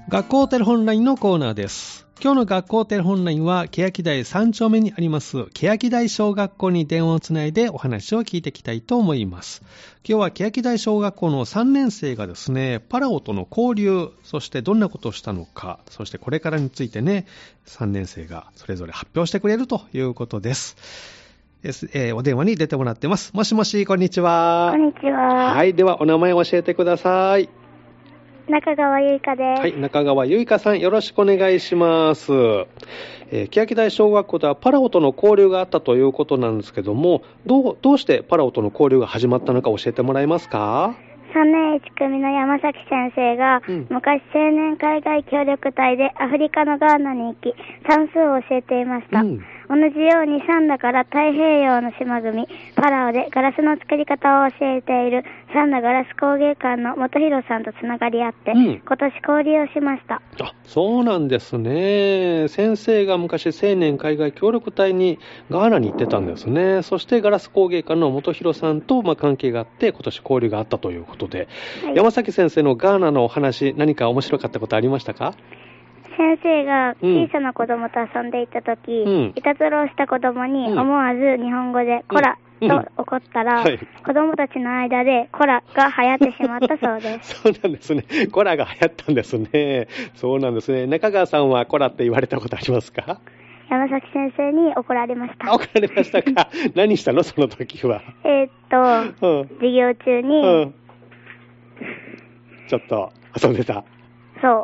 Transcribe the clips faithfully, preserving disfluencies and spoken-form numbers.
学校テレホンラインのコーナーです。今日の学校テレホンラインは欅台さん丁目にあります欅台小学校に電話をつないでお話を聞いていきたいと思います。今日は欅台小学校のさんねん生がですね、パラオとの交流、そしてどんなことをしたのか、そしてこれからについてね、さんねん生がそれぞれ発表してくれるということです。です、えー、お電話に出てもらってます。もしもし、こんにちは。 こんにちは。 はい、ではお名前を教えてください。 中川ゆいかです。 はい、中川ゆいかさん、よろしくお願いします。えー、欅台小学校ではパラオとの交流があったということなんですけども、どう、どうしてパラオとの交流が始まったのか教えてもらえますか？ さんねんいち組の山崎先生が、うん、昔青年海外協力隊でアフリカのガーナに行き、算数を教えていました。うん、同じようにサンダから太平洋の島国パラオでガラスの作り方を教えているサンダガラス工芸館の元弘さんとつながりあって、うん、今年交流をしました。 あ、そうなんですね。先生が昔青年海外協力隊にガーナに行ってたんですね。そしてガラス工芸館の元弘さんとまあ関係があって今年交流があったということで、はい、山崎先生のガーナのお話、何か面白かったことありましたか？ 先生が小さな子供と遊んでいたとき、うん、いたずらをした子供に思わず日本語で、うん、コラと怒ったら、うんはい、子供たちの間でコラが流行ってしまったそうです。 そうなんですね。コラが流行ったんですね。そうなんですね。中川さんはコラって言われたことありますか？ 山崎先生に怒られました。 怒られましたか？何したのその時は。 えーっと、うん、授業中に、うん、 ちょっと遊んでた。 そう。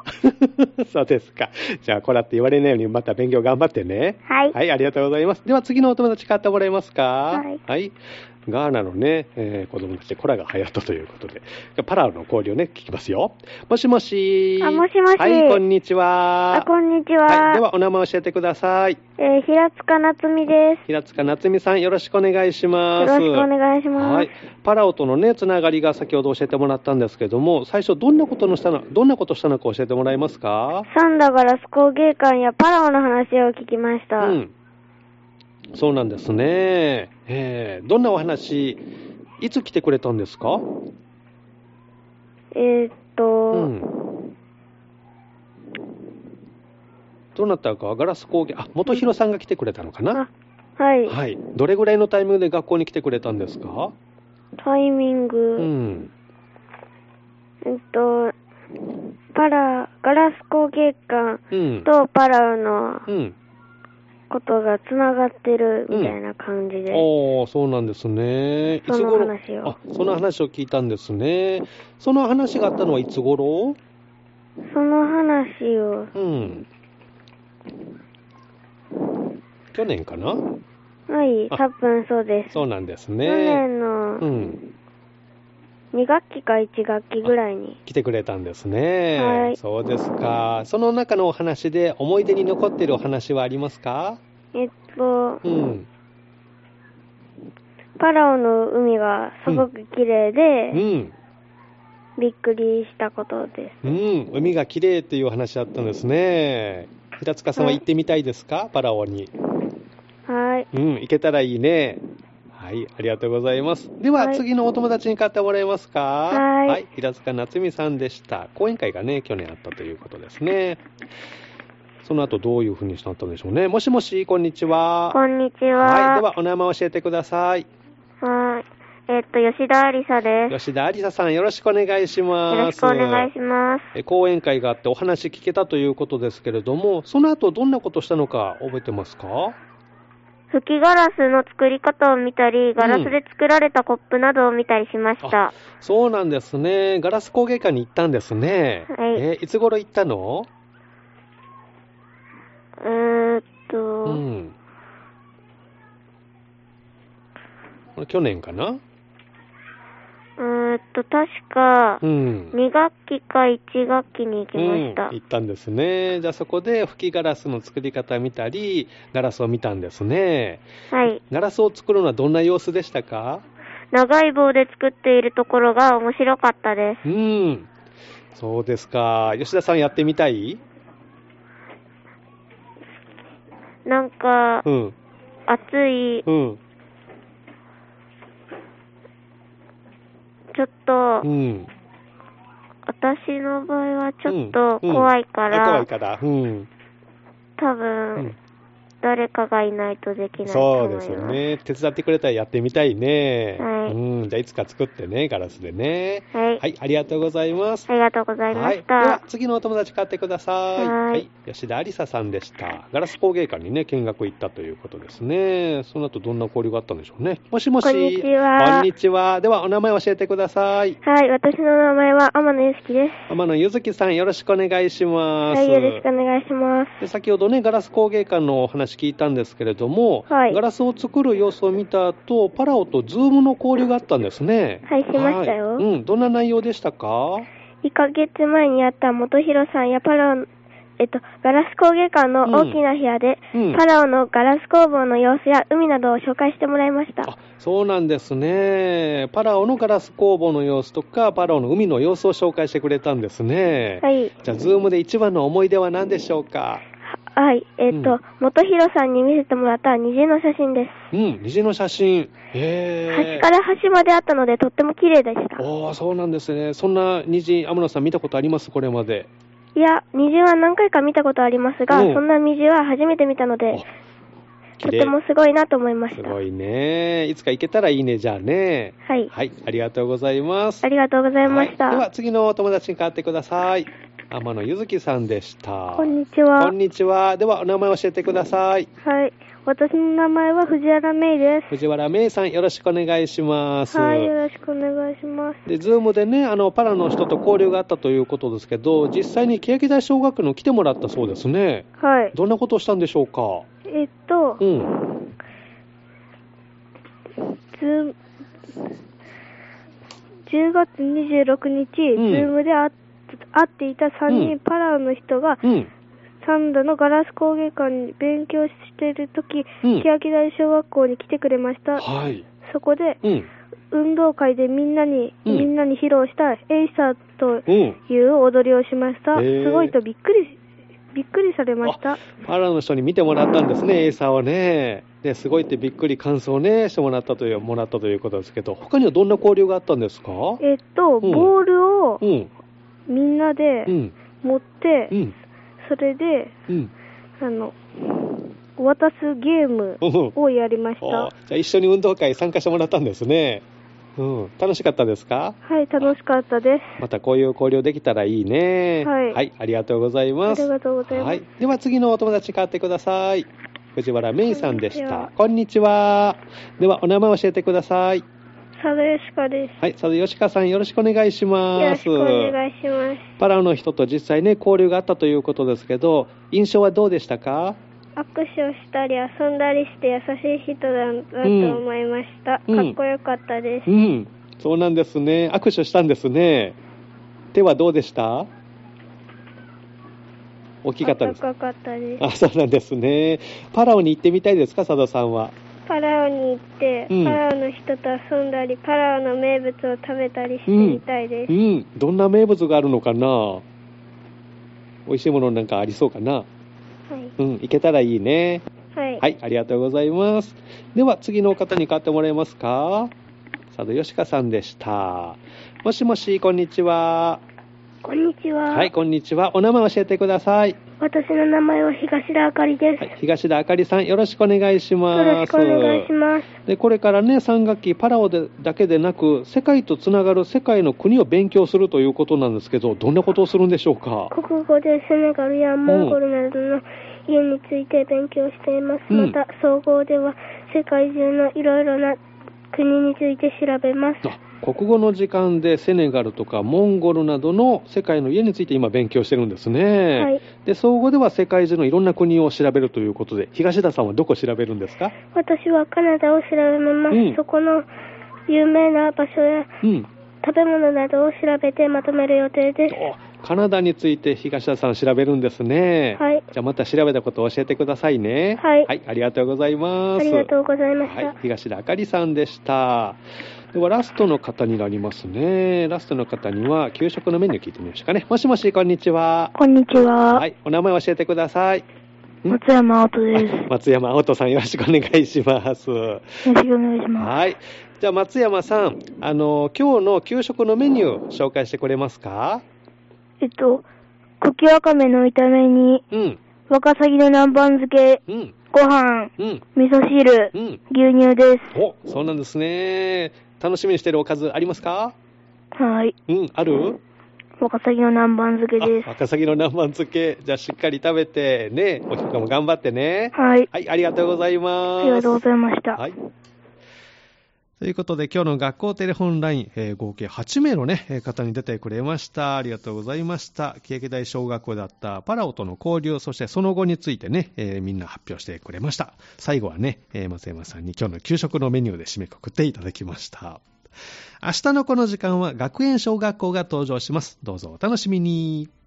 そうですか。じゃあ、こらって言われないようにまた勉強頑張ってね。 はい。 はい、ありがとうございます。では次のお友達買ってもらえますか？ はい。 はい。ガーナのね、えー、子供たちでコラが流行ったということで、パラオの交流をね、聞きますよ。もしもし。 あ、もしもし。 はい、こんにちは。 あ、こんにちは。 はい、ではお名前教えてください。 えー、平塚夏美です。 平塚夏美さん、よろしくお願いします。 よろしくお願いします。 はい。パラオとのね、つながりが先ほど教えてもらったんですけども、最初どんなことのしたの、どんなことしたのか教えてもらえますか？ サンダガラス工芸館やパラオの話を聞きました。 うん。そうなんですね。えー、どんなお話、いつ来てくれたんですか？ えー、っと、うん、 どうなったか、ガラス工芸、あ、元弘さんが来てくれたのかな？ あ、はい。 はい。どれぐらいのタイミングで学校に来てくれたんですか？ タイミング、うん、えっと、パラ、ガラス工芸館とパラオの、うんうんことがつながってるみたいな感じで、 うん、ああ、そうなんですね。いつ頃、その話をあ、その話を聞いたんですね。その話があったのはいつ頃？ その話を、 うん、去年かな？ はい、多分そうです。 そうなんですね。 去年の、うん、に学期かいち学期ぐらいに来てくれたんですね。 はい。 そうですか。その中のお話で思い出に残っているお話はありますか？ えっと、 うん、 パラオの海がすごく綺麗で、 うんうん、 びっくりしたことです。 うん、海が綺麗っていう話だったんですね。平塚さんは行ってみたいですか？はい、パラオに。 はい。 うん、行けたらいいね。はい、ありがとうございます。では、はい、次のお友達に買ってもらえますか？ はい。 はい、平塚夏美さんでした。講演会がね、去年あったということですね。その後どういうふうにしたったんでしょうね。もしもし、こんにちは。 こんにちは。 はい、ではお名前教えてください。 はい。えっと、吉田ありさです。 吉田ありささん、よろしくお願いします。 よろしくお願いします。 え講演会があってお話聞けたということですけれども、その後どんなことしたのか覚えてますか？ 吹きガラスの作り方を見たり、ガラスで作られたコップなどを見たりしました。 うん、そうなんですね。ガラス工芸館に行ったんですね。 はい。 えー、いつ頃行ったの？ えーっと、 うん。これ去年かな？ えーっと、確か、 うん、 に学期かいち学期に行きました。 うん、行ったんですね。じゃあそこで吹きガラスの作り方見たり、ガラスを見たんですね。 はい。 ガラスを作るのはどんな様子でしたか？ 長い棒で作っているところが面白かったです。 うん。そうですか。吉田さんやってみたい？ なんか、うん、熱い、うん、ちょっと、うん、 私の場合はちょっと怖いから、 うんうん、怖いから、うん、 多分、うん、誰かがいないとできないと思います。 そうですよね。手伝ってくれたらやってみたいね。 はい。 うん、じゃあいつか作ってね、ガラスでね。 はい。 はい、ありがとうございます。 ありがとうございました。 はい、では次のお友達買ってください。 はい、 はい。吉田ありささんでした。ガラス工芸館にね、見学行ったということですね。その後どんな交流があったんでしょうね。もしもし。 こんにちは。 こんにちは。ではお名前教えてください。 はい、私の名前は天野ゆずきです。 天野ゆずきさん、よろしくお願いします。 はい、よろしくお願いします。 で、先ほどね、ガラス工芸館のお話聞いたんですけれども、 はい、 ガラスを作る様子を見た後、パラオとズームの交流があったんですね。 はい、しましたよ。 はい、うん、どんな内容でしたか？ いっかげつまえにあった元弘さんやパラオ、えっと、ガラス工芸館の大きな部屋で、うんうん、パラオのガラス工房の様子や海などを紹介してもらいました。 あ、そうなんですね。パラオのガラス工房の様子とか、パラオの海の様子を紹介してくれたんですね。 はい。 じゃあ、ズームで一番の思い出は何でしょうか？ はい、えっと、うん、元弘さんに見せてもらった虹の写真です。 うん、虹の写真。へー。 端から端まであったので、とっても綺麗でした。 おー、そうなんですね。そんな虹、天野さん見たことあります？これまで。 いや、虹は何回か見たことありますが、うん、そんな虹は初めて見たので、とってもすごいなと思いました。 すごいね。いつか行けたらいいね、じゃあね。 はい。 はい、ありがとうございます。 ありがとうございました。 はい、では、次のお友達に代わってください。天野ゆずきさんでした。 こんにちは。 こんにちは。では、お名前教えてください。 はい。私の名前は藤原芽衣です。 藤原芽衣さん、よろしくお願いします。 はい、よろしくお願いします。 で、ズームでね、あの、パラの人と交流があったということですけど、実際に欅台小学校に来てもらったそうですね。 はい。 どんなことをしたんでしょうか？ えっと、 うん。 ズーム、じゅうがつにじゅうろくにち、うん、ズームで会っていたさんにん、うん、パラオの人が、うん、サンダのガラス工芸館に勉強しているとき、うん、欅台小学校に来てくれました。 はい。 そこで、うん、運動会でみんなに、うん、みんなに披露したエイサーという踊りをしました。うん、すごいとびっくり、びっくりされました。 パラオの人に見てもらったんですね、エイサーをね。ですごいってびっくり感想をね、してもらったという、もらったということですけど、他にはどんな交流があったんですか？ えっと、うん、ボールをみんなで持って、うん、それで、うん、あの、渡すゲームをやりました。じゃあ一緒に運動会参加してもらったんですね。うん、楽しかったですか？ はい、楽しかったです。 またこういう交流できたらいいね。 はい。 はい、ありがとうございます。 ありがとうございます。 はい。では次のお友達に代わってください。藤原芽衣さんでした。こんにちは。ではお名前を教えてください。 佐渡よしかです。 はい、佐渡よしかさん、よろしくお願いします。 よろしくお願いします。 パラオの人と実際ね、交流があったということですけど、印象はどうでしたか？ 握手をしたり遊んだりして優しい人だなと思いました、うん、かっこよかったです、 うん、うん、そうなんですね。握手したんですね。手はどうでした？大きかったですか？ 暖かかったです。 あ、そうなんですね。パラオに行ってみたいですか、佐渡さんは？ パラオに行って、うん、パラオの人と遊んだり、パラオの名物を食べたりしてみたいです、 うんうん、どんな名物があるのかな？美味しいものなんかありそうかな？はい、うん、行けたらいいね。 はい、 はい、ありがとうございます。では次の方に代わってもらえますか？佐渡よしかさんでした。もしもし、こんにちは。 こんにちは。 はい、こんにちは。お名前教えてください。 私の名前は東田あかりです。 はい、東田あかりさん、よろしくお願いします。 よろしくお願いします。 で、これからね、さんがっきパラオでだけでなく、世界とつながる世界の国を勉強するということなんですけど、どんなことをするんでしょうか？ 国語でセネガルやモンゴルなどの家について勉強しています。うん、また、総合では世界中のいろいろな国について調べます。 国語の時間でセネガルとかモンゴルなどの世界の家について今勉強してるんですね。 はい。 で、総合では世界中のいろんな国を調べるということで、東田さんはどこを調べるんですか？ 私はカナダを調べます。うん、そこの有名な場所や、うん、食べ物などを調べてまとめる予定です。 カナダについて東田さん調べるんですね。 はい。 じゃあまた調べたことを教えてくださいね。 はい。 はい、ありがとうございます。 ありがとうございました。 はい、東田あかりさんでした。ではラストの方になりますね。ラストの方には給食のメニュー聞いてみましょうかね。もしもし、こんにちは。 こんにちは。 はい、お名前教えてください。 松山青人です。 松山青人さん、よろしくお願いします。よろしくお願いします。 はい。じゃあ松山さん、あの今日の給食のメニュー紹介してくれますか？ えっと、茎わかめの炒めに、うん、ワカサギの南蛮漬け、うん、ご飯、うん、味噌汁、うん、牛乳です。 お、そうなんですね。楽しみにしてるおかずありますか？ はい。 うん、ある？ ワカサギの南蛮漬けです。 ワカサギの南蛮漬け。じゃあしっかり食べてね、お昼間も頑張ってね。 はい。 はい、ありがとうございます。 ありがとうございました。 はい。ということで今日の学校テレホンライン、えー、合計はちめいの、ね、方に出てくれました。ありがとうございました。欅台小学校だったパラオとの交流、そしてその後についてね、えー、みんな発表してくれました。最後はね、えー、松山さんに今日の給食のメニューで締めくくっていただきました。明日のこの時間は学園小学校が登場します。どうぞお楽しみに。